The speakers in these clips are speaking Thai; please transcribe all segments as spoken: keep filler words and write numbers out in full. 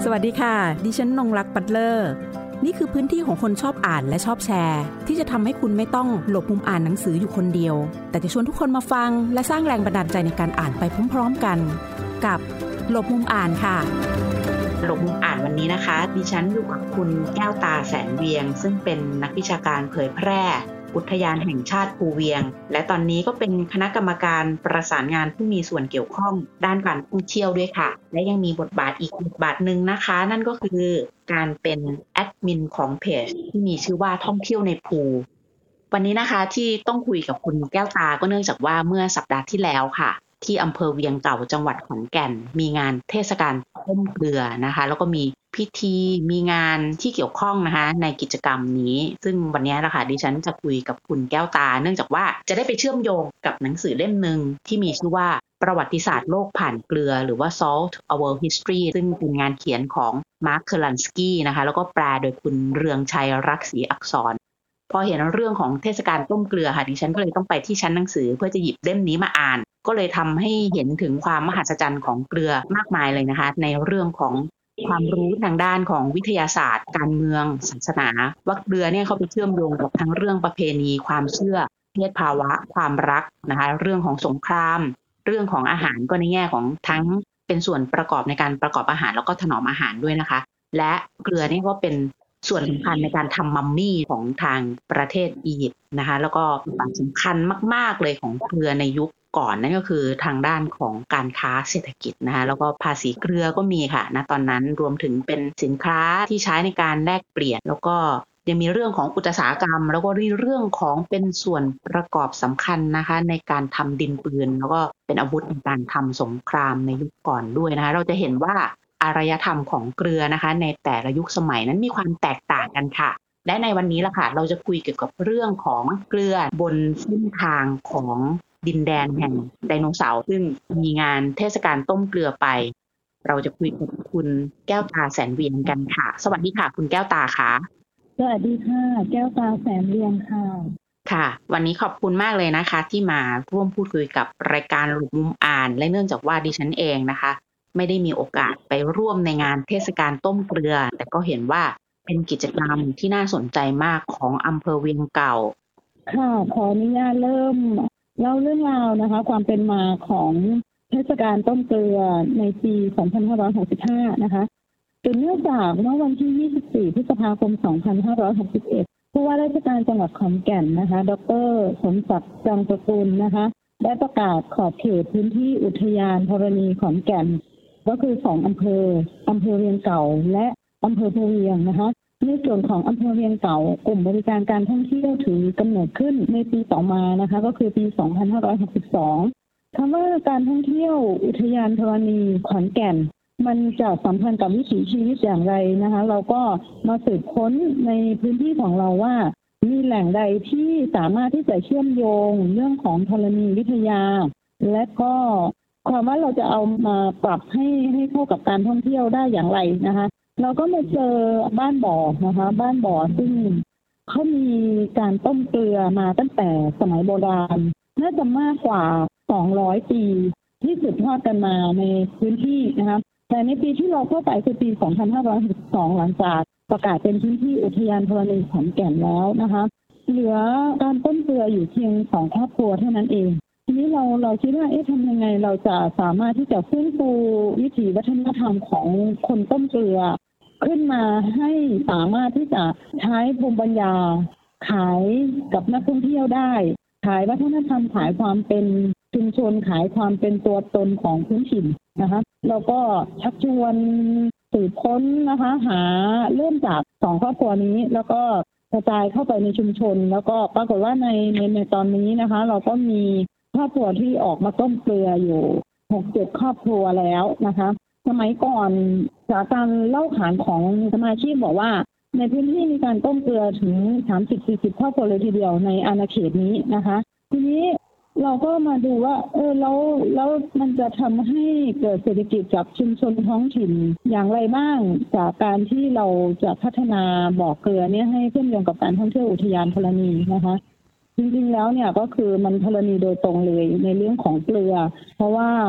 สวัสดีค่ะดิฉันนงรักปัตเลอร์นี่คือพื้นที่ของคนชอบอ่านและชอบแชร์ที่จะทำให้คุณไม่ต้องหลบมุมอ่านหนังสืออยู่คนเดียวแต่จะชวนทุกคนมาฟังและสร้างแรงบันดาลใจในการอ่านไปพร้อมๆกันกับหลบมุมอ่านค่ะหลบมุมอ่านวันนี้นะคะดิฉันอยู่กับคุณแก้วตาแสนเวียงซึ่งเป็นนักวิชาการเผยแพร่อุทยานแห่งชาติภูเวียงและตอนนี้ก็เป็นคณะกรรมการประสานงานผู้มีส่วนเกี่ยวข้องด้านการท่องเที่ยวด้วยค่ะและยังมีบทบาทอีกบทบาทหนึ่งนะคะนั่นก็คือการเป็นแอดมินของเพจที่มีชื่อว่าท่องเที่ยวในภูวันนี้นะคะที่ต้องคุยกับคุณแก้วตาก็เนื่องจากว่าเมื่อสัปดาห์ที่แล้วค่ะที่อำเภอเวียงเก่าจังหวัดขอนแก่นมีงานเทศกาลต้มเกลือนะคะแล้วก็มีพิธีมีงานที่เกี่ยวข้องนะคะในกิจกรรมนี้ซึ่งวันนี้นะคะดิฉันจะคุยกับคุณแก้วตาเนื่องจากว่าจะได้ไปเชื่อมโยงกับหนังสือเล่มนึงที่มีชื่อว่าประวัติศาสตร์โลกผ่านเกลือหรือว่า Salt A World History ซึ่งเป็นงานเขียนของมาร์คเคอรันสกี้นะคะแล้วก็แปลโดยคุณเรืองชัยรักศรีอักษรพอเห็นเรื่องของเทศกาลต้มเกลือค่ะดิฉันก็เลยต้องไปที่ชั้นหนังสือเพื่อจะหยิบเล่มนี้มาอ่านก็เลยทำให้เห็นถึงความมหัศจรรย์ของเกลือมากมายเลยนะคะในเรื่องของความรู้ทางด้านของวิทยาศาสตร์การเมืองศาสนาว่าเกลือเนี่ยเขาไปเชื่อมโยงกับทั้งเรื่องประเพณีความเชื่อเพศภาวะความรักนะคะเรื่องของสงครามเรื่องของอาหารก็ในแง่ของทั้งเป็นส่วนประกอบในการประกอบอาหารแล้วก็ถนอมอาหารด้วยนะคะและเกลือนี่ก็เป็นส่วนสำคัญในการทำมัมมี่ของทางประเทศอียิปต์นะคะแล้วก็ความสำคัญมากๆเลยของเกลือในยุคก่อนนั่นก็คือทางด้านของการค้าเศรษฐกิจนะคะแล้วก็ภาษีเกลือก็มีค่ะณตอนนั้นรวมถึงเป็นสินค้าที่ใช้ในการแลกเปลี่ยนแล้วก็ยังมีเรื่องของอุตสาหกรรมแล้วก็เรื่องของเป็นส่วนประกอบสำคัญนะคะในการทำดินปืนแล้วก็เป็นอาวุธในการทำสงครามในยุคก่อนด้วยนะคะเราจะเห็นว่าอารยธรรมของเกลือนะคะในแต่ละยุคสมัยนั้นมีความแตกต่างกันค่ะและในวันนี้ล่ะค่ะเราจะคุยเกี่ยวกับเรื่องของเกลือบนเส้นทางของดินแดนแห่งไดโนเสาร์ซึ่งมีงานเทศกาลต้มเกลือไปเราจะคุยกับคุณแก้วตาแสนเวียงกันค่ะสวัสดีค่ะคุณแก้วตาค่ะสวัสดีค่ะแก้วตาแสนเวียงค่ะค่ะวันนี้ขอบคุณมากเลยนะคะที่มาร่วมพูดคุยกับรายการหลุมมุมอ่านและเนื่องจากว่าดิฉันเองนะคะไม่ได้มีโอกาสไปร่วมในงานเทศกาลต้มเกลือแต่ก็เห็นว่าเป็นกิจกรรมที่น่าสนใจมากของอำเภอเวียงเก่าค่ะขออนุญาตเริ่มเล่าเรื่องราวนะคะความเป็นมาของเทศกาลต้มเกลือในปีสองพันห้าร้อยหกสิบห้านะคะเป็นเนื่องจากเมื่อวันที่ยี่สิบสี่พฤษภาคมสองพันห้าร้อยหกสิบเอ็ดผู้ว่าราชการจังหวัดขอนแก่นนะคะดร.สมศักดิ์จังตระกูลนะคะได้ประกาศขอบเขตพื้นที่อุทยานธรณีขอนแก่นก็คือสองอำเภออำเภอเวียงเก่าและอำเภอภูเวียงนะคะในส่วนของอำเภอเวียงเก่ากลุ่มบริการการท่องเที่ยวถือกำเนิดขึ้นในปีต่อมานะคะก็คือปีสองพันห้าร้อยหกสิบสองคำว่าการท่องเที่ยวอุทยานธรณีขอนแก่นมันจะสัมพันธ์กับวิถีชีวิตอย่างไรนะคะเราก็มาสืบค้นในพื้นที่ของเราว่ามีแหล่งใดที่สามารถที่จะเชื่อมโยงเรื่องของธรณีวิทยาและก็ความว่าเราจะเอามาปรับให้ให้เข้ากับการท่องเที่ยวได้อย่างไรนะคะเราก็มาเจอบ้านบ่อนะคะบ้านบ่อซึ่งเขามีการต้มเกลือมาตั้งแต่สมัยโบราณน่าจะมากกว่าสองร้อยปีที่สืบทอดกันมาในพื้นที่นะคะแต่ในปีที่เราเข้าไปคือปีสองพันห้าร้อยหกสิบสองหลังจากประกาศเป็นพื้นที่อุทยานธรณีขอนแก่นแล้วนะคะเหลือการต้มเกลืออยู่เพียงสองครอบครัวเท่านั้นเองทีนี้เราเราคิดว่าเอ๊ะทำยังไงเราจะสามารถที่จะฟื้นฟูวิถีวัฒนธรรมของคนต้มเกลือขึ้นมาให้สามารถที่จะใช้ภูมิปัญญาขายกับนักท่องเที่ยวได้ขายวัฒนธรรมขายความเป็นชุมชนขายความเป็นตัวตนของพื้นถิ่นนะคะแล้วก็ชักชวนสืบค้นนะคะหาเริ่มจากสองครอบครัวนี้แล้วก็กระจายเข้าไปในชุมชนแล้วก็ปรากฏว่าในในในตอนนี้นะคะเราก็มีครอบครัวที่ออกมาต้มเกลืออยู่ หกเจ็ด ครอบครัวแล้วนะคะสมัยก่อนจากการเล่าขานของสมาชิกบอกว่าในพื้นที่มีการต้มเกลือถึง สามสิบถึงสี่สิบ ครอบครัวเลยทีเดียวในอาณาเขตนี้นะคะทีนี้เราก็มาดูว่าเออแล้วแล้วมันจะทำให้เกิดเศรษฐกิจกับชุมชนท้องถิ่นอย่างไรบ้างจากการที่เราจะพัฒนาบ่อเกลือเนี่ยให้เชื่อมโยงกับการท่องเที่ยวอุทยานธรณีนะคะจริงๆแล้วเนี่ยก็คือมันธรณีโดยตรงเลยในเรื่องของเกลือเพราะว่า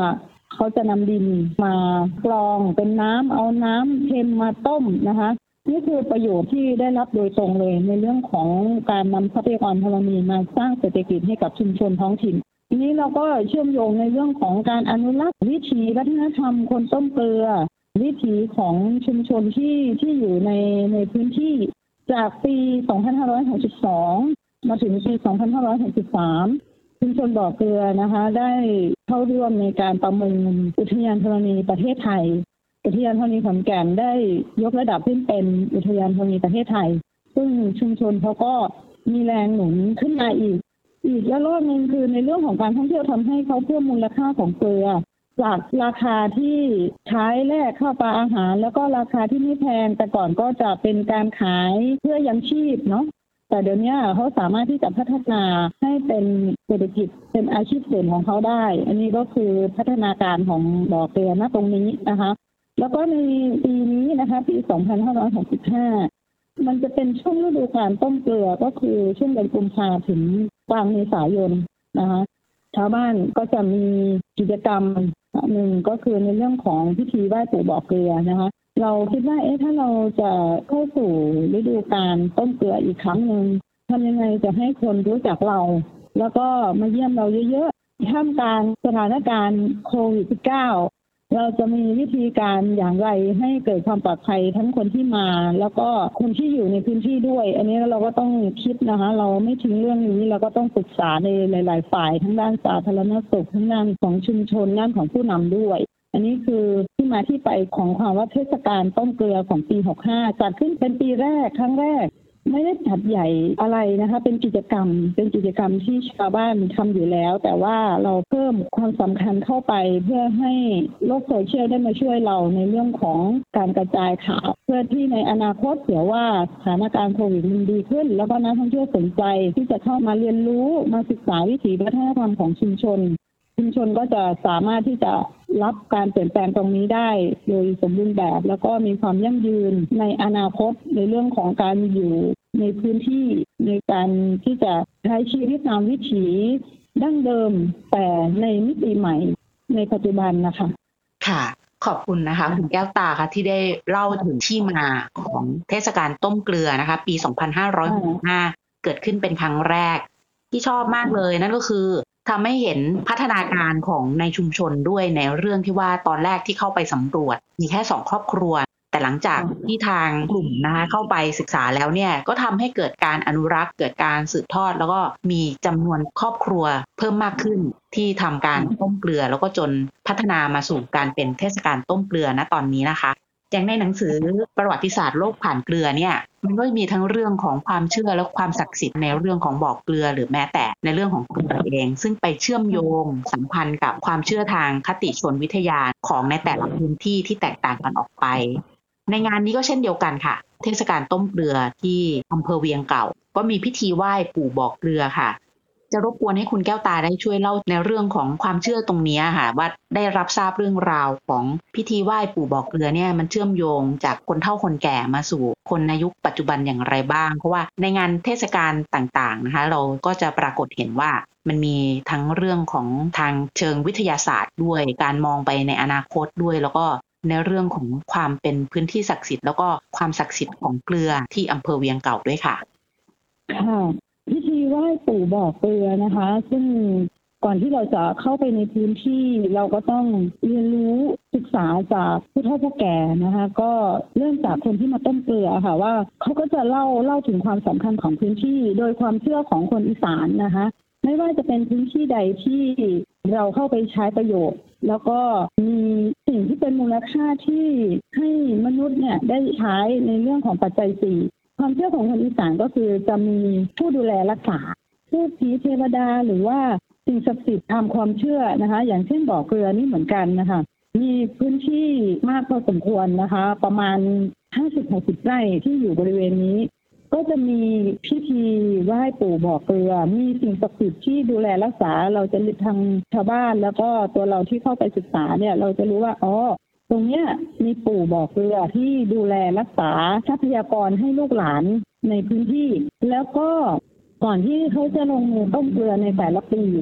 เขาจะนำดินมากรองเป็นน้ำเอาน้ำเค็มมาต้มนะคะนี่คือประโยชน์ที่ได้รับโดยตรงเลยในเรื่องของการนำทรัพยากรธรณีมาสร้างเศรษฐกิจให้กับชุมชนท้องถิ่นทีนี้เราก็เชื่อมโยงในเรื่องของการอนุรักษ์วิถีวัฒนธรรมคนต้มเกลือวิถีของชุมชนที่ที่อยู่ในในพื้นที่จากปี สองพันห้าร้อยหกสิบสอง มาถึงปี สองพันห้าร้อยหกสิบสาม ชุมชนบ่อเกลือนะคะได้เข้าร่วมในการประมูลอุทยานธรณีประเทศไทยอุทยานธรณีขอนแก่นได้ยกระดับขึ้นเป็นอุทยานธรณีประเทศไทยซึ่งชุมชนเขาก็มีแรงหนุนขึ้นมาอีกอีกระลอกนึงคือในเรื่องของการท่องเที่ยวทำให้เขาเพิ่มมูลค่าของเกลือจากราคาที่ใช้แลกข้าวปลาอาหารแล้วก็ราคาที่ไม่แพงแต่ก่อนก็จะเป็นการขายเพื่อยังชีพเนาะแต่เดี๋ยวนี้เขาสามารถที่จะพัฒนาให้เป็นเศรษฐกิจเป็นอาชีพเสริมของเขาได้อันนี้ก็คือพัฒนาการของบ่อเกลือณตรงนี้นะคะแล้วก็ในปีนี้นะคะปี สองพันห้าร้อยหกสิบห้า มันจะเป็นช่วงฤดูกาลต้มเกลือก็คือช่วงเดือนกุมภาพันธ์ถึงกลางเมษายนนะคะชาวบ้านก็จะมีกิจกรรมหนึ่งก็คือในเรื่องของพิธีไหว้ปู่บ่อเกลือนะคะเราคิดว่าเอ๊ะถ้าเราจะเข้าสู่ฤดูกาลต้มเกลืออีกครั้งหนึ่งทำยังไงจะให้คนรู้จักเราแล้วก็มาเยี่ยมเราเยอะๆท่ามกลางสถานการณ์โควิด สิบเก้า เราจะมีวิธีการอย่างไรให้เกิดความปลอดภัยทั้งคนที่มาแล้วก็คนที่อยู่ในพื้นที่ด้วยอันนี้เราก็ต้องคิดนะคะเราไม่ทิ้งเรื่องนี้เราก็ต้องปรึกษาในหลายๆฝ่ายทั้งด้านสาธารณสุขทั้งด้านของชุมชนด้านของผู้นำด้วยอันนี้คือที่มาที่ไปของความว่าเทศกาลต้มเกลือของปีหกสิบห้าจัดขึ้นเป็นปีแรกครั้งแรกไม่ได้จัดใหญ่อะไรนะคะเป็นกิจกรรมเป็นกิจกรรมที่ชาวบ้านทำอยู่แล้วแต่ว่าเราเพิ่มความสำคัญเข้าไปเพื่อให้โลกโซเชียลได้มาช่วยเราในเรื่องของการกระจายข่าวเพื่อที่ในอนาคตเผื่อว่าสถานการณ์โควิดมันดีขึ้นแล้วก็นักท่องเที่ยวสนใจที่จะเข้ามาเรียนรู้มาศึกษาวิถีวัฒนธรรมของชุมชนชุมชนก็จะสามารถที่จะรับการเปลี่ยนแปลงตรงนี้ได้โดยสมบูรณ์แบบแล้วก็มีความยั่งยืนในอนาคตในเรื่องของการอยู่ในพื้นที่ในการที่จะใช้ชีวิตตามวิถีดั้งเดิมแต่ในมิติใหม่ในปัจจุบันนะคะค่ะขอบคุณนะคะคุณแก้วตาค่ะที่ได้เล่าถึงที่มาของเทศกาลต้มเกลือนะคะปี สองพันห้าร้อยหกสิบห้า เกิดขึ้นเป็นครั้งแรกที่ชอบมากเลยนั่นก็คือทำให้เห็นพัฒนาการของในชุมชนด้วยในเรื่องที่ว่าตอนแรกที่เข้าไปสำรวจมีแค่สองครอบครัวแต่หลังจากที่ทางกลุ่มนะคะเข้าไปศึกษาแล้วเนี่ยก็ทำให้เกิดการอนุรักษ์เกิดการสืบทอดแล้วก็มีจำนวนครอบครัวเพิ่มมากขึ้นที่ทำการต้มเกลือแล้วก็จนพัฒนามาสู่การเป็นเทศกาลต้มเกลือณตอนนี้นะคะอย่างในหนังสือประวัติศาสตร์โลกผ่านเกลือเนี่ยมันก็มีทั้งเรื่องของความเชื่อและความศักดิ์สิทธิ์ในเรื่องของบ่อเกลือหรือแม้แต่ในเรื่องของเกลือเองซึ่งไปเชื่อมโยงสัมพันธ์กับความเชื่อทางคติชนวิทยาของในแต่ละพื้นที่ที่แตกต่างกันออกไปในงานนี้ก็เช่นเดียวกันค่ะเทศกาลต้มเกลือที่อำเภอเวียงเก่าก็มีพิธีไหว้ปู่บ่อเกลือค่ะจะรบกวนให้คุณแก้วตาได้ช่วยเล่าในเรื่องของความเชื่อตรงนี้ค่ะว่าได้รับทราบเรื่องราวของพิธีไหว้ปู่บ่อเกลือเนี่ยมันเชื่อมโยงจากคนเฒ่าคนแก่มาสู่คนในยุคปัจจุบันอย่างไรบ้างเพราะว่าในงานเทศกาลต่างๆนะคะเราก็จะปรากฏเห็นว่ามันมีทั้งเรื่องของทางเชิงวิทยาศาสตร์ด้วยการมองไปในอนาคตด้วยแล้วก็ในเรื่องของความเป็นพื้นที่ศักดิ์สิทธิ์แล้วก็ความศักดิ์สิทธิ์ของเกลือที่อำเภอเวียงเก่าด้วยค่ะค่ะพิธีไหว้ปู่บ่อเกลือนะคะซึ่งก่อนที่เราจะเข้าไปในพื้นที่เราก็ต้องเรียนรู้ศึกษาจากผู้เฒ่าผู้แก่นะคะก็เริ่มจากคนที่มาต้มเกลือค่ะว่าเขาก็จะเล่าเล่าถึงความสำคัญของพื้นที่โดยความเชื่อของคนอีสานนะคะไม่ว่าจะเป็นพื้นที่ใดที่เราเข้าไปใช้ประโยชน์แล้วก็มีสิ่งที่เป็นมูลค่าที่ให้มนุษย์เนี่ยได้ใช้ในเรื่องของปัจจัยสี่ความเชื่อของคนอีสานก็คือจะมีผู้ดูแลรักษาผู้ผีเทวดาหรือว่าสิ่งศักดิ์สิทธิ์ตามความเชื่อนะคะอย่างเช่นบ่อเกลือนี่เหมือนกันนะคะมีพื้นที่มากพอสมควรนะคะประมาณ ห้าสิบถึงหกสิบ ไร่ที่อยู่บริเวณนี้ก็จะมีพิธีไหว้ปู่บ่อเกลือมีสิ่งศักดิ์สิทธิ์ที่ดูแลรักษาเราจะทางชาวบ้านแล้วก็ตัวเราที่เข้าไปศึกษาเนี่ยเราจะรู้ว่าอ๋อตรงเนี้ยมีปู่บ่อเกลือที่ดูแลรักษาทรัพยากรให้ลูกหลานในพื้นที่แล้วก็ก่อนที่เขาจะลงมือต้มเกลือในแต่ละปี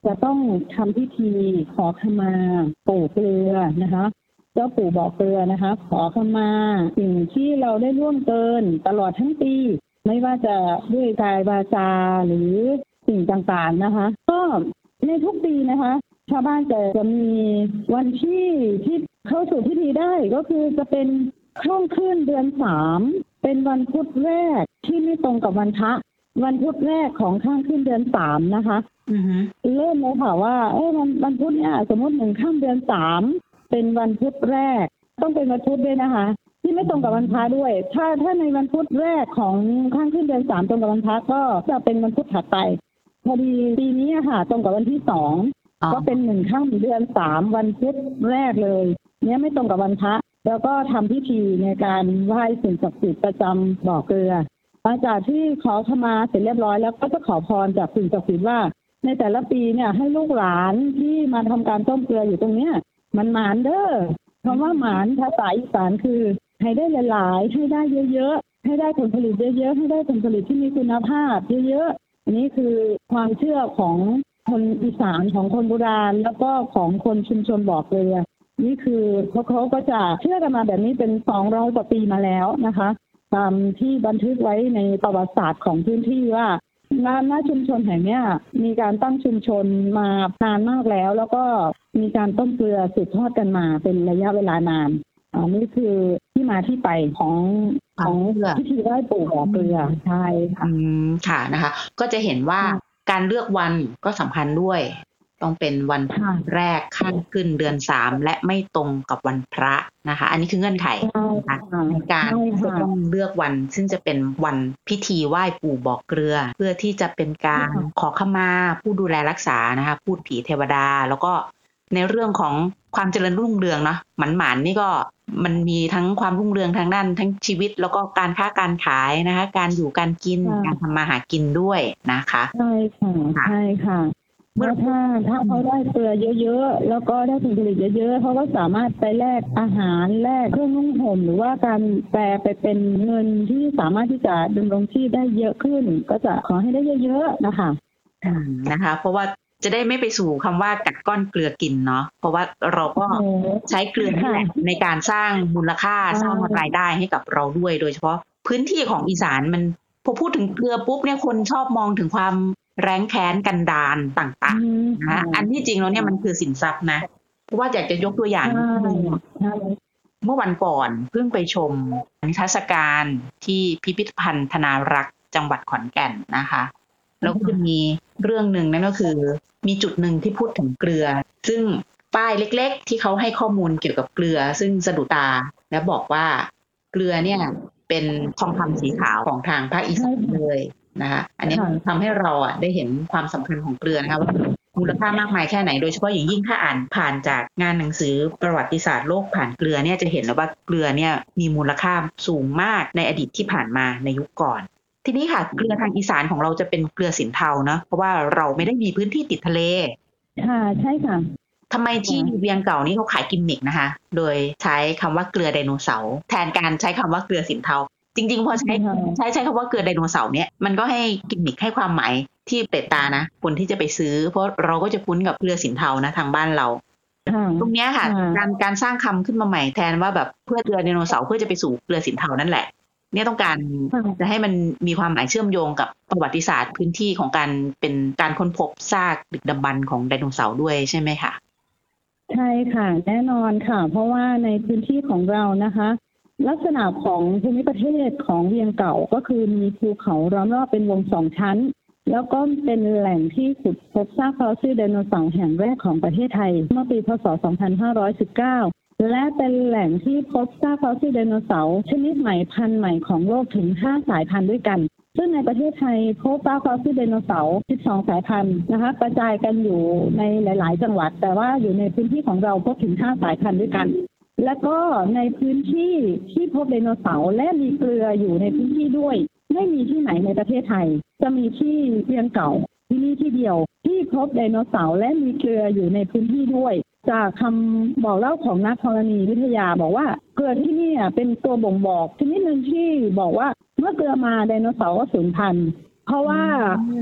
จะต้องทำพิธีขอขมาปู่เกลือนะคะเจ้าปู่บ่อเกลือนะคะขอขมาสิ่งที่เราได้ล่วงเกินตลอดทั้งปีไม่ว่าจะด้วยกายวาจาหรือสิ่งต่างๆนะคะก็ในทุกปีนะคะชาวบ้านจะจะมีวันที่ที่เข้าสู่พิธีได้ก็คือจะเป็นค่ำคืนเดือนสามเป็นวันพุธแรกที่ไม่ตรงกับวันพระวันพุธแรกของค่ำคืนเดือนสามนะคะอือฮึเริ่มเลยค่ะว่าเอ้ยวันวันพุธเนี่ยสมมติหนึ่งค่ำเดือนสามเป็นวันพุธแรกต้องเป็นวันพุธด้วยนะคะที่ไม่ตรงกับวันพระด้วยถ้าถ้าในวันพุธแรกของค่ำคืนเดือนสามตรงกับวันพระก็จะเป็นวันพุธถัดไปพอดีปีนี้ค่ะตรงกับวันที่สองก็เป็นหนึ่งค่ำเดือนสามวันพุธแรกเลยเนี้ยไม่ตรงกับวันพระแล้วก็ทำพิธีในการไหว้สิ่งศักดิ์สิทธิ์ประจำบ่อเกลือหลังจากที่ขอขมาเสร็จเรียบร้อยแล้วก็จะขอพรจากสิ่งศักดิ์สิทธิ์ว่าในแต่ละปีเนี่ยให้ลูกหลานที่มาทำการต้มเกลืออยู่ตรงเนี้ยมันหมานเด้อคำว่าหมานภาษาอีสานคือให้ได้หลายๆให้ได้เยอะๆให้ได้ผลผลิตเยอะๆให้ได้ผลผลิตที่มีคุณภาพเยอะๆอันนี้คือความเชื่อของคนอีสานของคนโบราณแล้วก็ของคนชุมชนบ่อเกลือนี่คือเขาเขาก็จะเชื่อกันมาแบบนี้เป็นสองร้อยกว่าปีมาแล้วนะคะตามที่บันทึกไว้ในประวัติศาสตร์ของพื้นที่ว่าณณชุมชนแห่งนี้มีการตั้งชุมชนมานานมากแล้วแล้วก็มีการต้มเกลือสืบทอดกันมาเป็นระยะเวลานานอันนี้คือที่มาที่ไปของของพิธีไหว้ปู่บ่อเกลือใช่ค่ะอืมค่ะนะคะก็จะเห็นว่าการเลือกวันก็สำคัญด้วยต้องเป็นวันแรกข้ามขึ้นเดือนสามและไม่ตรงกับวันพระนะคะอันนี้คือเงื่อนไขนะคะในการจะต้องเลือกวันซึ่งจะเป็นวันพิธีไหว้ปู่บ่อเกลือเพื่อที่จะเป็นการขอขมาผู้ดูแลรักษานะคะพูดผีเทวดาแล้วก็ในเรื่องของความเจริญรุ่งเรืองเนาะหมันหมันนี่ก็มันมีทั้งความรุ่งเรืองทางด้านทั้งชีวิตแล้วก็การค้าการขายนะคะการอยู่การกินการทำมาหากินด้วยนะคะใช่ค่ะใช่ค่ะเมื่อถ้าถ้าเขาได้เกลือเยอะๆแล้วก็ได้ผลผลิตเยอะๆเขาก็สามารถไปแลกอาหารแลกเครื่องนุ่งห่มหรือว่าการแปลไปเป็นเงินที่สามารถที่จะดำรงชีพได้เยอะขึ้นก็จะขอให้ได้เยอะๆนะคะนะคะเพราะว่าจะได้ไม่ไปสู่คำว่ากัดก้อนเกลือกินเนาะเพราะว่าเราก็ใช้เกลือในการสร้างมูลค่าสร้างรายได้ให้กับเราด้วยโดยเฉพาะพื้นที่ของอีสานมันพอพูดถึงเกลือปุ๊บเนี่ยคนชอบมองถึงความแร้งแค้นกันดารต่างๆนะอันที่จริงแล้วเนี่ยมันคือสินทรัพย์นะเพราะว่าอยากจะยกตัวอย่างเมื่อวันก่อนเพิ่งไปชมนิทรรศการที่พิพิธภัณฑ์ธนารักษ์จังหวัดขอนแก่นนะคะแล้วก็จะมีเรื่องหนึ่งนั่นก็คือมีจุดหนึ่งที่พูดถึงเกลือซึ่งป้ายเล็กๆที่เขาให้ข้อมูลเกี่ยวกับเกลือซึ่งสะดุดตาและบอกว่าเกลือเนี่ยเป็นทองคำสีขาวของทางภาคอีสานเลยนะคะอันนี้ทำให้เราอ่ะได้เห็นความสำคัญของเกลือนะคะว่ามูลค่ามากมายแค่ไหนโดยเฉพาะอย่างยิ่งถ้าอ่านผ่านจากงานหนังสือประวัติศาสตร์โลกผ่านเกลือเนี่ยจะเห็นแล้วว่าเกลือเนี่ยมีมูลค่าสูงมากในอดีตที่ผ่านมาในยุคก่อนทีนี้ค่ะเกลือทางอีสานของเราจะเป็นเกลือสินเทาเนาะเพราะว่าเราไม่ได้มีพื้นที่ติดทะเลค่ะใช่ค่ะทำไมที่เวียงเก่านี่เขาขายกิมมิกนะคะโดยใช้คำว่าเกลือไดโนเสาร์แทนการใช้คำว่าเกลือสินเทาจริงๆพอใช้ใช้ใช้คำว่าเกลือไดโนเสาร์เนี่ยมันก็ให้กิมมิคให้ความหมายที่เปตตานะคนที่จะไปซื้อเพราะเราก็จะคุ้นกับเกลือสินเทานะทางบ้านเราตรงนี้ค่ะการการสร้างคำขึ้นมาใหม่แทนว่าแบบเพื่อเกลือไดโนเสาร์เพื่อจะไปสู่เกลือสินเทานั่นแหละเนี่ยต้องการจะให้มันมีความหมายเชื่อมโยงกับประวัติศาสตร์พื้นที่ของการเป็นการค้นพบซากดึกดำบรรพ์ของไดโนเสาร์ด้วยใช่ไหมคะใช่ค่ะแน่นอนค่ะเพราะว่าในพื้นที่ของเรานะคะลักษณะของภูมิประเทศของเวียงเก่าก็คือมีภูเขาล้อมรอบเป็นวงสองชั้นแล้วก็เป็นแหล่งที่ขุดพบซากฟอสซิลไดโนเสาร์แห่งแรกของประเทศไทยเมื่อปีพ.ศ. สองพันห้าร้อยสิบเก้าและเป็นแหล่งที่พบซากฟอสซิลไดโนเสาร์ชนิดใหม่พันธุ์ใหม่ของโลกถึงห้าสายพันธุ์ด้วยกันซึ่งในประเทศไทยพบซากฟอสซิลไดโนเสาร์สิบสองสายพันธุ์นะคะกระจายกันอยู่ในหลายๆจังหวัดแต่ว่าอยู่ในพื้นที่ของเราพบถึงห้าสายพันธุ์ด้วยกันแล้วก็ในพื้นที่ที่พบไดโนเสาร์และมีเกลืออยู่ในพื้นที่ด้วยไม่มีที่ไหนในประเทศไทยจะมีที่เวียงเก่าที่นี่ที่เดียวที่พบไดโนเสาร์และมีเกลืออยู่ในพื้นที่ด้วยจากคำบอกเล่าของนักธรณีวิทยาบอกว่าเกลือที่นี่เป็นตัวบ่งบอกชนิดหนึ่งที่บอกว่าเมื่อเกลือมาไดโนเสาร์ก็สูญพันธุ์เพราะว่าการ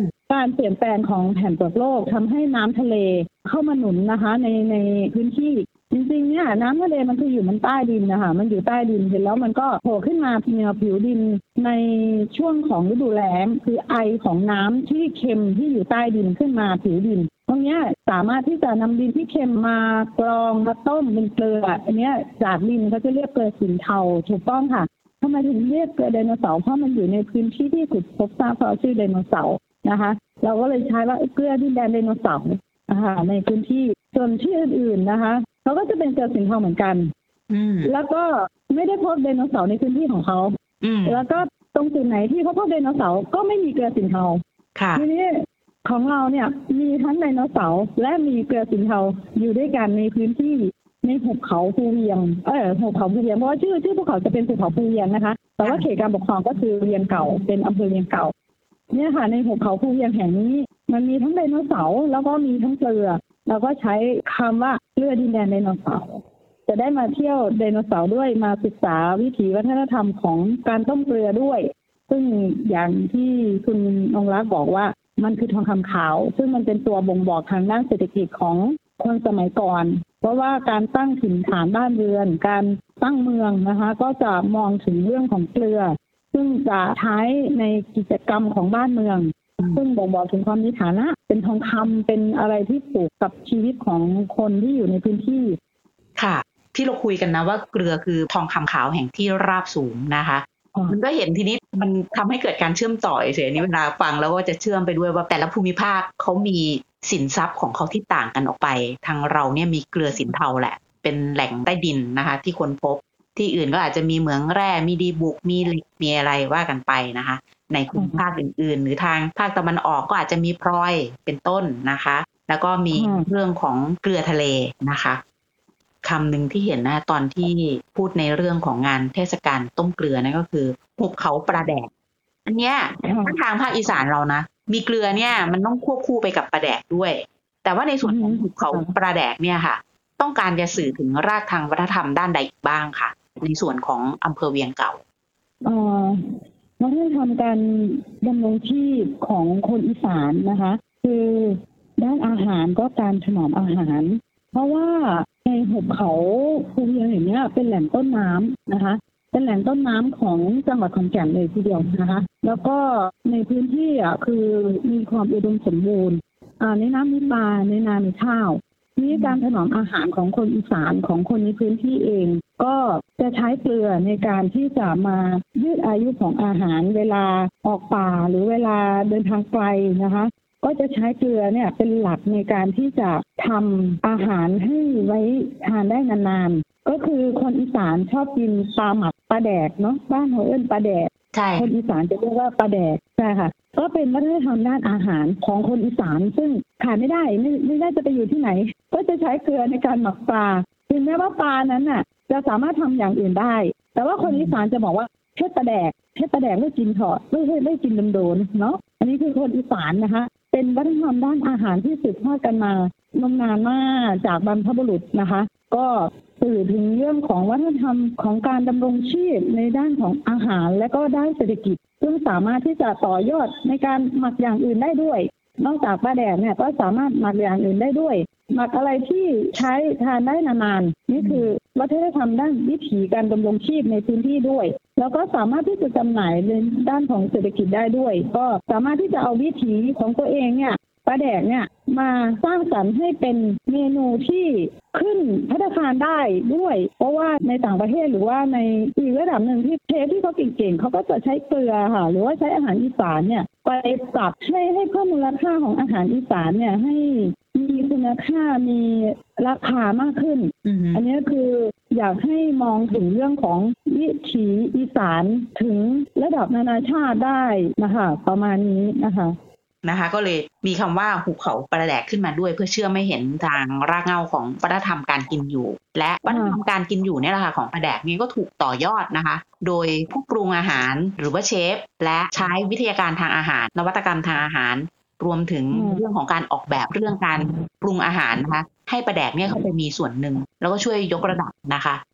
การเปลี่ยนแปลงของแผ่นเปลือกโลกทำให้น้ำทะเลเข้ามาหนุนนะคะในในพื้นที่จริงๆเนี่ยน้ำทะเลมันคืออยู่มันใต้ดินนะคะมันอยู่ใต้ดินเสร็จแล้วมันก็โผล่ขึ้นมาเหนือผิวดินในช่วงของฤดูแล้งคือไอของน้ำที่เค็มที่อยู่ใต้ดินขึ้นมาผิวดินตรงนี้สามารถที่จะนำดินที่เค็มมากรองมาต้มเป็นเกลืออันนี้จากดินเขาจะเรียกเกลือสินเทาถูกต้องค่ะทำไมถึงเรียกเกลือไดโนเสาร์เพราะมันอยู่ในพื้นที่ที่ขุดพบซากฟอสซิลไดโนเสาร์นะคะเราก็เลยใช้ว่าเกลือดินแดนไดโนเสาร์นะคะในพื้นที่ส่วนที่อื่นๆนะคะเขาก็จะเป็นเกลือสินเทาเหมือนกันแล้วก็ไม่ได้พบไดโนเสาร์ในพื้นที่ของเขาแล้วก็ตรงจุดไหนที่เขาพบไดโนเสาร์ก็ไม่มีเกลือสินเทาทีนี้ของเราเนี่ยมีทั้งไดโนเสาร์และมีเกลือสินเทาอยู่ด้วยกันในพื้นที่ในหุบเขาภูเวียงเออหุบเขาภูเวียงเพราะว่าชื่อชื่อภูเขาจะเป็นภูเขาภูเวียงนะคะแต่ว่าเขตการปกครองก็คือเวียงเก่าเป็นอำเภอเวียงเก่าเนี่ยค่ะในหุบเขาภูเวียงแห่งนี้มันมีทั้งไดโนเสาร์แล้วก็มีทั้งเกลือเราก็ใช้คำว่าเกลือดินแดนไดโนเสาร์จะได้มาเที่ยวไดโนเสาร์ด้วยมาศึกษาวิถีวัฒนธรรมของการต้มเกลือด้วยซึ่งอย่างที่คุณองค์รักษ์บอกว่ามันคือทองคำขาวซึ่งมันเป็นตัวบ่งบอกทางด้านเศรษฐกิจของคนสมัยก่อนเพราะว่าการตั้งถิ่นฐานบ้านเรือนการตั้งเมืองนะคะก็จะมองถึงเรื่องของเกลือซึ่งจะใช้ในกิจกรรมของบ้านเมืองซึ่งบ่งบอกถึงความมีฐานะเป็นทองคำเป็นอะไรที่ผูกกับชีวิตของคนที่อยู่ในพื้นที่ค่ะที่เราคุยกันนะว่าเกลือคือทองคำขาวแห่งที่ราบสูงนะคะมันก็เห็นทีนี้มันทำให้เกิดการเชื่อมต่อเฉยๆนี่เวลาฟังแล้วก็จะเชื่อมไปด้วยว่าแต่ละภูมิภาคเขามีสินทรัพย์ของเขาที่ต่างกันออกไปทางเราเนี่ยมีเกลือสินเทาแหละเป็นแหล่งใต้ดินนะคะที่ค้นพบที่อื่นก็อาจจะมีเหมืองแร่มีดีบุกมีเหล็กมีอะไรว่ากันไปนะคะในภูมิภาคอื่นๆหรือทางภาคตะวันออกก็อาจจะมีพลอยเป็นต้นนะคะแล้วก็มีเรื่องของเกลือทะเลนะคะคำหนึ่งที่เห็นนะตอนที่พูดในเรื่องของงานเทศกาลต้มเกลือนั่นก็คือหุบเขาปลาแดกอันเนี้ยทางภาคอีสานเรานะมีเกลือเนี่ยมันต้องควบคู่ไปกับปลาแดกด้วยแต่ว่าในส่วนของหุบเขาปลาแดกเนี่ยค่ะต้องการจะสื่อถึงรากทางวัฒนธรรมด้านใดอีกบ้างค่ะในส่วนของอำเภอเวียงเก่าเอ่อวัฒนธรรมการดำรงชีพของคนอีสานนะคะคือด้านอาหารก็การถนอมอาหารเพราะว่าในหุบเขาภูเวียงอย่างเนี้ยเป็นแหล่งต้นน้ำนะคะเป็นแหล่งต้นน้ำของจังหวัดขอนแก่นเลยทีเดียวนะคะแล้วก็ในพื้นที่อ่ะคือมีความอุดมสมบูรณ์อ่าในน้ำมีปลาในนามีข้าวนี่การถนอมอาหารของคนอีสานของคนในพื้นที่เองก็จะใช้เกลือในการที่จะมายืดอายุของอาหารเวลาออกป่าหรือเวลาเดินทางไกลนะคะก็จะใช้เกลือเนี่ยเป็นหลักในการที่จะทำอาหารให้ไว้ทานได้นานๆก็คือคนอีสานชอบกินปลาหมักปลาแดกเนาะบ้านเขาเอิ้นปลาแดกคนอีสานจะเรียกว่าปลาแดกใช่ค่ะก็เป็นวัฒนธรรมด้านอาหารของคนอีสานซึ่งขาดไม่ได้ไม่ไม่ได้จะไปอยู่ที่ไหนก็จะใช้เกลือในการหมักปลาถึงแม้ว่าปลานั้นน่ะจะสามารถทำอย่างอื่นได้แต่ว่าคนอีสานจะบอกว่าเฮ็ดปลาแดกเฮ็ดปลาแดกไม่กินเถอะไม่ไม่ไม่กินโดนๆเนาะอันนี้คือคนอีสานนะคะเป็นวัฒนธรรมด้านอาหารที่สืบทอดกันมานมนานมากจากบรรพบุรุษนะคะก็สื่อถึงเรื่องของวัฒนธรรมของการดำรงชีพในด้านของอาหารและก็ด้านเศรษฐกิจซึ่งสามารถที่จะต่อยอดในการหมักอย่างอื่นได้ด้วยนอกจากปลาแดกเนี่ยก็สามารถหมักอย่างอื่นได้ด้วยหมักอะไรที่ใช้ทานได้นานๆนี่คือวัฒนธรรมด้านวิถีการดำรงชีพในพื้นที่ด้วยแล้วก็สามารถที่จะจำหน่ายในด้านของเศรษฐกิจได้ด้วยก็สามารถที่จะเอาวิถีของตัวเองเนี่ยปลาแดกเนี่ยมาสร้างสรรค์ให้เป็นเมนูที่ขึ้นภัตตาคารได้ด้วยเพราะว่าในต่างประเทศหรือว่าในอีกระดับหนึ่งที่เชฟที่เขาเก่งๆเขาก็จะใช้เกลือค่ะหรือว่าใช้อาหารอีสานเนี่ยไปปรับให้ให้เพิ่มมูลค่าของอาหารอีสานเนี่ยให้มีคุณค่ามีราคามากขึ้น uh-huh. อันนี้คืออยากให้มองถึงเรื่องของวิถีอีสานถึงระดับนานาชาติได้นะคะประมาณนี้นะคะนะคะก็เลยมีคำว่าหุบเขาปลาแดกขึ้นมาด้วยเพื่อเชื่อมให้เห็นทางรากเหง้าของวัฒนธรรมการกินอยู่และวัฒนธรรมการกินอยู่เนี่ยแหละค่ะของปลาแดกนี้ก็ถูกต่อยอดนะคะโดยผู้ปรุงอาหารหรือว่าเชฟและใช้วิทยาการทางอาหารนวัตกรรมทางอาหารรวมถึงเรื่องของการออกแบบเรื่องการปรุงอาหารนะคะให้ปลาแดกเนี่ยเข้าไปมีส่วนหนึ่งแล้วก็ช่วยยกระดับนะคะ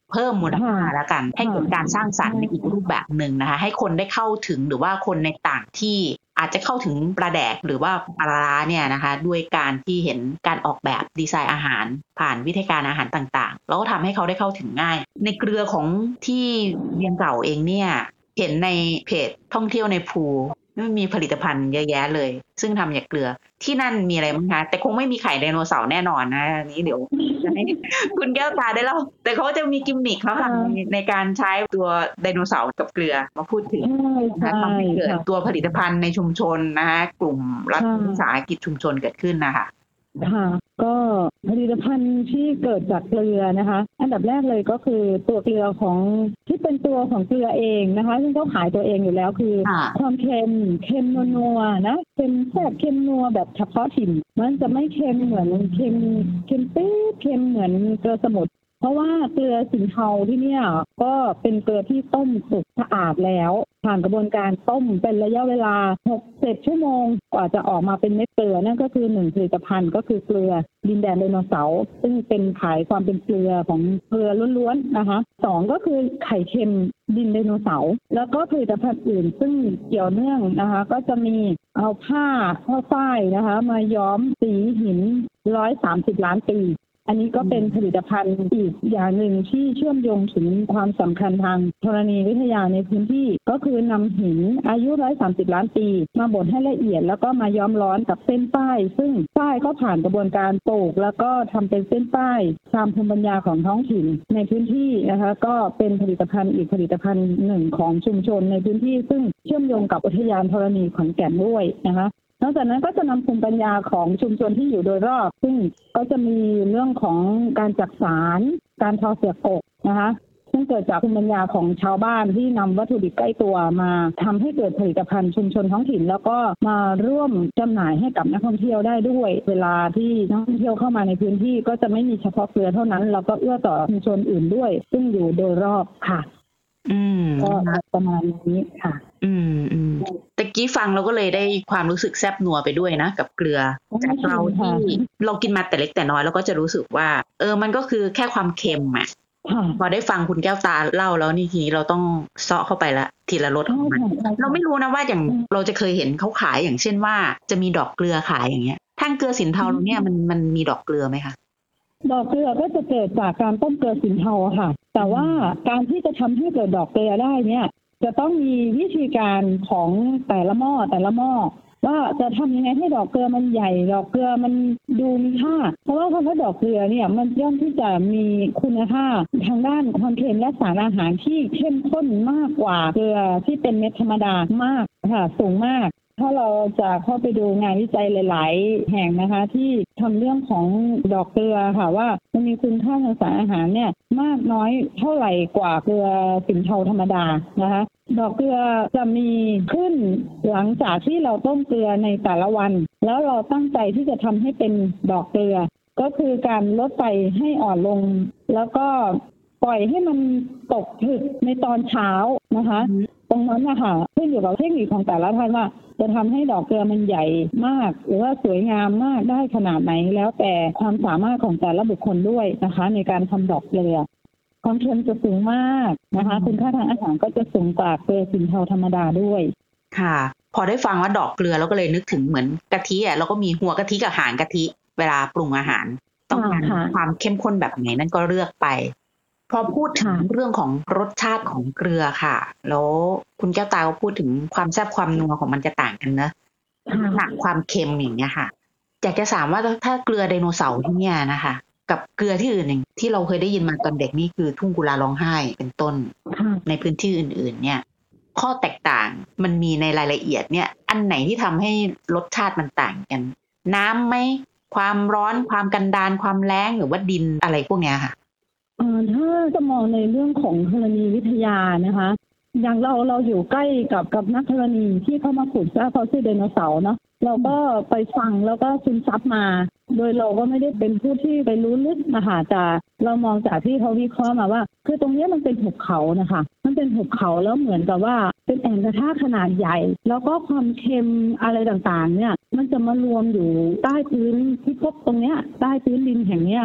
เพิ่มมูลค่าแล้วกันให้เกิดการสร้างสรรค์ในอีกรูปแบบหนึ่งนะคะให้คนได้เข้าถึงหรือว่าคนในต่างที่อาจจะเข้าถึงปลาแดกหรือว่าปลาร้าเนี่ยนะคะด้วยการที่เห็นการออกแบบดีไซน์อาหารผ่านวิธีการอาหารต่างๆแล้วก็ทำให้เขาได้เข้าถึงง่ายในเครือของที่เวียงเก่าเองเนี่ยเห็นในเพจท่องเที่ยวในภูมันมีผลิตภัณฑ์เยอะแยะเลยซึ่งทำจากเกลือที่นั่นมีอะไรบ้างคะแต่คงไม่มีไข่ไดโนเสาร์แน่นอนนะอันนี้เดี๋ยวจะให้คุณแก้วตาได้เล่าแต่เขาจะมีกิมมิคเขาค่ะในการใช้ตัวไดโนเสาร์กับเกลือมาพูดถึงนะทำให้เกิดตัวผลิตภัณฑ์ในชุมชนนะคะกลุ่มรัฐวิสาหกิจชุมชนเกิดขึ้นนะคะค่ะก็ผลิตภัณฑ์ที่เกิดจากเกลือนะคะอันดับแรกเลยก็คือตัวเกลือของที่เป็นตัวของเกลือเองนะคะซึ่งเขาขายตัวเองอยู่แล้วคือความเค็มเค็มนัวๆนะเค็มแซ่บเค็มนัวแบบเฉพาะถิ่นมันจะไม่เค็มเหมือนเค็มเค็มปี๊ดเค็มเหมือนเกลือสมุทรเพราะว่าเกลือสินเทาที่เนี่ยก็เป็นเกลือที่ต้มสุกสะอาดแล้วผ่านกระบวนการต้มเป็นระยะเวลาหกสิบชั่วโมงกว่าจะออกมาเป็นเม็ดเกลือนั่นก็คือหนึ่งผลิตภัณฑ์ก็คือเกลือดินแดนไดโนเสาร์ซึ่งเป็นขายความเป็นเกลือของเกลือล้วนๆนะคะสองก็คือไข่เค็มดินไดโนเสาร์แล้วก็ผลิตภัณฑ์อื่นซึ่งเกี่ยวเนื่องนะคะก็จะมีเอาผ้าผ้าฝ้ายนะคะมาย้อมสีหินหนึ่งร้อยสามสิบล้านปีอันนี้ก็เป็นผลิตภัณฑ์อีกอย่างหนึ่งที่เชื่อมโยงถึงความสำคัญทางธรณีวิทยาในพื้นที่ก็คือนำหินอายุหนึ่งร้อยสามสิบล้านปีมาบดให้ละเอียดแล้วก็มาย้อมร้อนกับเส้นฝ้ายซึ่งฝ้ายก็ผ่านกระบวนการปลูกแล้วก็ทำเป็นเส้นฝ้ายตามภูมิปัญญาของท้องถิ่นในพื้นที่นะคะก็เป็นผลิตภัณฑ์อีกผลิตภัณฑ์หนึ่งของชุมชนในพื้นที่ซึ่งเชื่อมโยงกับอุทยานธรณีขอนแก่นด้วยนะคะนอกจากนั้นก็จะนำภูมิปัญญาของชุมชนที่อยู่โดยรอบซึ่งก็จะมีเรื่องของการจักสานการทอเสือกกนะคะซึ่งเกิดจากภูมิปัญญาของชาวบ้านที่นำวัตถุดิบใกล้ตัวมาทำให้เกิดผลิตภัณฑ์ชุมชนท้องถิ่นแล้วก็มาร่วมจำหน่ายให้กับนักท่องเที่ยวได้ด้วยเวลาที่นักท่องเที่ยวเข้ามาในพื้นที่ก็จะไม่มีเฉพาะเกลือเท่านั้นแล้วก็เอื้อต่อชุมชนอื่นด้วยซึ่งอยู่โดยรอบค่ะอืมก็ประมาณนี้ค่ะอืมอืมตะกี้ฟังเราก็เลยได้ความรู้สึกแซ่บนัวไปด้วยนะกับเกลือจากเราที่เรากินมาแต่เล็กแต่น้อยแล้วก็จะรู้สึกว่าเออมันก็คือแค่ความเค็มอ่ะพอได้ฟังคุณแก้วตาเล่าแล้วนี่ทีเราต้องเซาะเข้าไปละทีละรสของมันเราไม่รู้นะว่าอย่างเราจะเคยเห็นเขาขายอย่างเช่นว่าจะมีดอกเกลือขายอย่างเงี้ยทางเกลือสินเทาเนี่ยมันมันมีดอกเกลือไหมคะดอกเกลือก็จะเกิดจากการต้มเกลือสินเทาค่ะแต่ว่าการที่จะทำให้เกิดดอกเกลือได้เนี่ยจะต้องมีวิธีการของแต่ละหม้อแต่ละหม้อว่าจะทำยังไงให้ดอกเกลือมันใหญ่ดอกเกลือมันดูมีค่าเพราะว่าคำว่าดอกเกลือเนี่ยมันย่อมที่จะมีคุณค่าทางด้านความเค็มและสารอาหารที่เข้มข้นมากกว่าเกลือที่เป็นเม็ดธรรมดามากค่ะสูงมากถ้าเราจะเข้าไปดูงานวิจัยหลายๆแห่งนะคะที่ทำเรื่องของดอกเกลือค่ะว่ามันมีคุณค่าทางสารอาหารเนี่ยมากน้อยเท่าไหร่กว่าเกลือสินเทาธรรมดานะคะดอกเกลือจะมีขึ้นหลังจากที่เราต้มเกลือในแต่ละวันแล้วเราตั้งใจที่จะทำให้เป็นดอกเกลือก็คือการลดไฟให้อ่อนลงแล้วก็ปล่อยให้มันตกผลึกในตอนเช้านะคะตรงนั้นนะคะขึ้นอยู่กับเทคนิคของแต่ละท่านว่าจะทำให้ดอกเกลือมันใหญ่มากหรือว่าสวยงามมากได้ขนาดไหนแล้วแต่ความสามารถของแต่ละบุคคลด้วยนะคะในการทำดอกเกลือความเค็มจะสูงมากนะคะคุณค่าทางอาหารก็จะสูงกว่าเกลือสินเทาธรรมดาด้วยค่ะพอได้ฟังว่าดอกเกลือเราก็เลยนึกถึงเหมือนกะทิอ่ะเราก็มีหัวกะทิกับหางกะทิเวลาปรุงอาหารต้องการความเข้มข้นแบบไหนนั่นก็เลือกไปพอพูดถึงเรื่องของรสชาติของเกลือค่ะแล้วคุณแก้วตาก็พูดถึงความแซ่บความนัวของมันจะต่างกันนะหนักความเค็มอย่างเงี้ยค่ะอยากจะถามว่าถ้าเกลือไดโนเสาร์ที่เนี่ยนะคะกับเกลือที่อื่นอย่างที่เราเคยได้ยินมาตอนเด็กนี่คือทุ่งกุลาร้องไห้เป็นต้นในพื้นที่อื่นๆเนี่ยข้อแตกต่างมันมีในรายละเอียดเนี่ยอันไหนที่ทำให้รสชาติมันต่างกันน้ำไหมความร้อนความกันดารความแล้งหรือว่าดินอะไรพวกเนี้ยค่ะถ้าจะมองในเรื่องของธรณีวิทยานะคะอย่างเราเราอยู่ใกล้กับกับนักธรณีที่เข้ามาขุดซากฟอสซิลไดโนเสาร์เนาะเราก็ไปฟังแล้วก็ซึมซับมาโดยเราก็ไม่ได้เป็นผู้ที่ไปรู้ลึกนะคะแต่เรามองจากที่เขาวิเคราะห์มาว่าคือตรงนี้มันเป็นหุบเขานะคะมันเป็นหุบเขาแล้วเหมือนกับว่าเป็นแอ่งกระทะขนาดใหญ่แล้วก็ความเค็มอะไรต่างๆเนี่ยมันจะมารวมอยู่ใต้พื้นที่พบตรงเนี้ยใต้พื้นดินแห่งเนี้ยค่ะ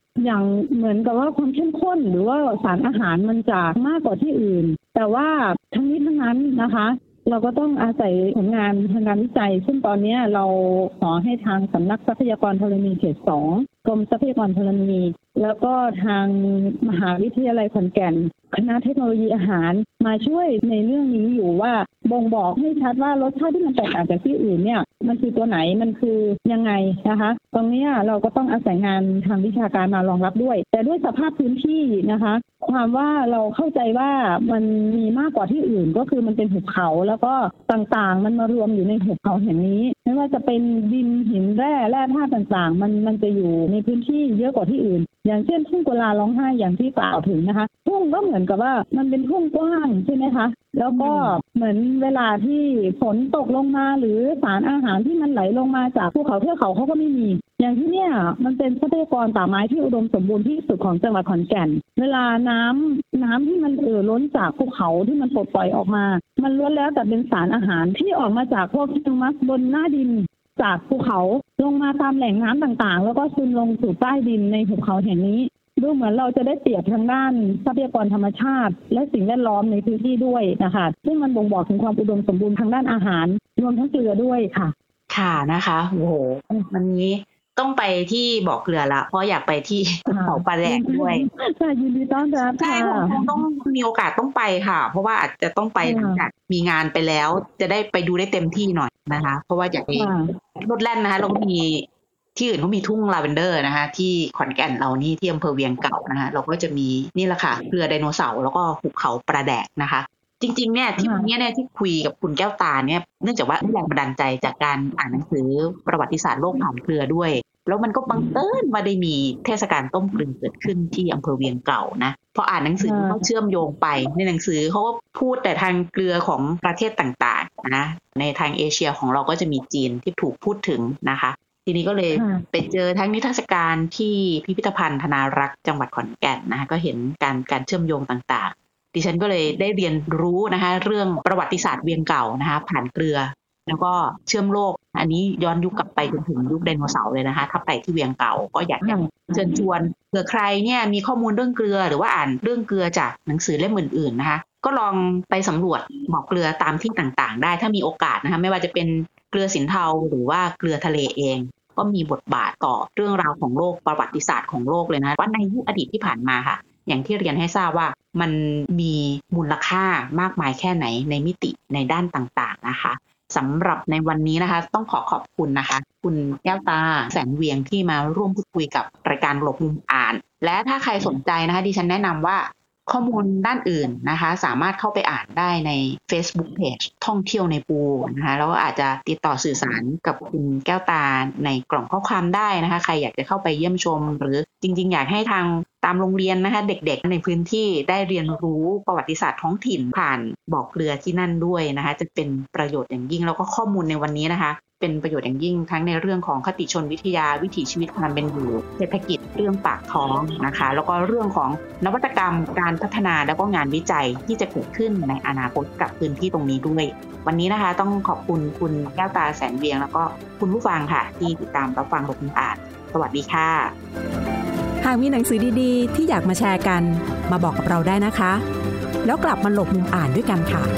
อย่างเหมือนกับว่าความเข้มข้นหรือว่าสารอาหารมันจะมากกว่าที่อื่นแต่ว่าทั้งนี้ทั้งนั้นนะคะเราก็ต้องอาศัยผลงานทางการวิจัยซึ่งตอนนี้เราขอให้ทางสำนักทรัพยากรธรณีเขตสองกรมทรัพยากรธรณีแล้วก็ทางมหาวิทยาลัยขอนแก่นคณะเทคโนโลยีอาหารมาช่วยในเรื่องนี้อยู่ว่าบ่งบอกให้ชัดว่ารสชาติที่มันแตกต่างจากที่อื่นเนี่ยมันคือตัวไหนมันคือยังไงนะคะตรงนี้เราก็ต้องอาศัยงานทางวิชาการมารองรับด้วยแต่ด้วยสภาพพื้นที่นะคะความว่าเราเข้าใจว่ามันมีมากกว่าที่อื่นก็คือมันเป็นหุบเขาแล้วก็ต่างๆมันมารวมอยู่ในหุบเขาแห่งนี้ไม่ว่าจะเป็นดินหินแร่แร่ธาตุต่างๆมันมันจะอยู่ในพื้นที่เยอะกว่าที่อื่นอย่างเช่นทุ่งกุลาร้องไห้อย่างที่กล่าวถึงนะคะทุ่งก็เหมือนกับว่ามันเป็นทุ่งกว้างใช่ไหมคะแล้วก็เหมือนเวลาที่ฝนตกลงมาหรือสารอาหารที่มันไหลลงมาจากภูเขาเทือกเขาเขาก็ไม่มีอย่างที่เนี่ยมันเป็นทรัพยากรป่าไม้ที่อุดมสมบูรณ์ที่สุดของจังหวัดขอนแก่นเวลาน้ำน้ำที่มันเอ่อล้นจากภูเขาที่มันปลดปล่อยออกมามันล้วนแล้วแต่เป็นสารอาหารที่ออกมาจากพวกฮิวมัสบนหน้าดินจากภูเขาลงมาตามแหล่งน้ำต่างๆแล้วก็ซึมลงสู่ใต้ดินในหุบเขาแห่งนี้ดูเหมือนเราจะได้เปรียบทางด้านทรัพยากรธรรมชาติและสิ่งแวดล้อมในพื้นที่ด้วยนะคะซึ่งมันบ่งบอกถึงความอุดมสมบูรณ์ทางด้านอาหารรวมทั้งเกลือด้วยค่ะค่ะนะคะโอ้โหวันนี้ต้องไปที่บ่อเกลือละเพราะอยากไปที่เขาปลาแดกด้วยค่ะยินดีต้อนรับค่ะคงต้องมีโอกาสต้องไปค่ะเพราะว่าอาจจะต้องไปหลังจากมีงานไปแล้วจะได้ไปดูได้เต็มที่หน่อยนะคะเพราะว่าอยากไปรถแล่นนะคะเราก็มีที่อื่นเขามีทุ่งลาเวนเดอร์นะคะที่ขอนแก่นเรานี่ที่อำเภอเวียงเก่านะคะเราก็จะมีนี่แหละค่ะเกลือไดโนเสาร์แล้วก็หุบเขาปลาแดกนะคะจริงๆเนี่ยที่วันนี้เนี่ยที่คุยกับคุณแก้วตาเนี่ยเนื่องจากว่าแรงบันดาลใจจากการอ่านหนังสือประวัติศาสตร์โลกผ่านเกลือด้วยแล้วมันก็บังเอิญว่าได้มีเทศกาลต้มเกลือเกิดขึ้นที่อำเภอเวียงเก่านะพออ่านหนังสือก็เชื่อมโยงไปในหนังสือเขาก็พูดแต่ทางเกลือของประเทศต่างๆนะในทางเอเชียของเราก็จะมีจีนที่ถูกพูดถึงนะคะทีนี้ก็เลยไปเจอทั้งนิทรรศการที่พิพิธภัณฑ์ธนารักษ์จังหวัดขอนแก่นนะคะก็เห็นการการเชื่อมโยงต่างๆดิฉันก็เลยได้เรียนรู้นะคะเรื่องประวัติศาสตร์เวียงเก่านะคะผ่านเกลือแล้วก็เชื่อมโลกอันนี้ย้อนยุคกลับไปจนถึงยุคไดโนเสาร์เลยนะคะถ้าไปที่เวียงเก่าก็อยากจะเชิญชวนเผื่อใครเนี่ยมีข้อมูลเรื่องเกลือหรือว่าอ่านเรื่องเกลือจากหนังสือเล่มอื่นๆนะคะก็ลองไปสำรวจบ่อเกลือตามที่ต่างๆได้ถ้ามีโอกาสนะคะไม่ว่าจะเป็นเกลือสินเทาหรือว่าเกลือทะเลเองก็มีบทบาทต่อเรื่องราวของโลกประวัติศาสตร์ของโลกเลยนะว่าในยุคอดีตที่ผ่านมาค่ะอย่างที่เรียนให้ทราบว่ามันมีมูลค่ามากมายแค่ไหนในมิติในด้านต่างๆนะคะสำหรับในวันนี้นะคะต้องขอขอบคุณนะคะคุณแก้วตาแสงเวียงที่มาร่วมพูดคุยกับรายการหลบมุมอ่านและถ้าใครสนใจนะคะดิฉันแนะนำว่าข้อมูลด้านอื่นนะคะสามารถเข้าไปอ่านได้ใน Facebook Page ท่องเที่ยวในปูนะคะแล้วก็อาจจะติดต่อสื่อสารกับคุณแก้วตาในกล่องข้อความได้นะคะใครอยากจะเข้าไปเยี่ยมชมหรือจริงๆอยากให้ทางตามโรงเรียนนะคะเด็กๆในพื้นที่ได้เรียนรู้ประวัติศาสตร์ท้องถิ่นผ่านบ่อเกลือที่นั่นด้วยนะคะจะเป็นประโยชน์อย่างยิ่งแล้วก็ข้อมูลในวันนี้นะคะเป็นประโยชน์อย่างยิ่งทั้งในเรื่องของคติชนวิทยาวิถีชีวิตความเป็นอยู่เศรษฐกิจเรื่องปากท้องนะคะแล้วก็เรื่องของนวัตกรรมการพัฒนาแล้วก็งานวิจัยที่จะเกิดขึ้นในอนาคตกับพื้นที่ตรงนี้ด้วยวันนี้นะคะต้องขอบคุณคุณแก้วตาแสงเวียงแล้วก็คุณผู้ฟังค่ะที่ติดตามรับฟังหลบมุมอ่านสวัสดีค่ะหากมีหนังสือดีๆที่อยากมาแชร์กันมาบอกกับเราได้นะคะแล้วกลับมาหลบมุมอ่านด้วยกันค่ะ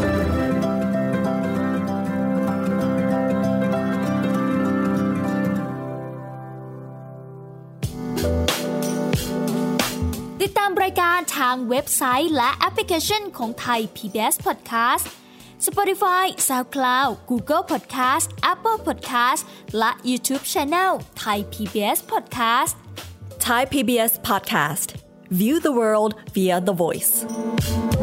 ติดตามรายการทางเว็บไซต์และแอปพลิเคชันของไทย พี บี เอส Podcast Spotify, SoundCloud, Google Podcast, Apple Podcast และ YouTube Channel Thai พี บี เอส Podcast Thai พี บี เอส Podcast View the world via the voice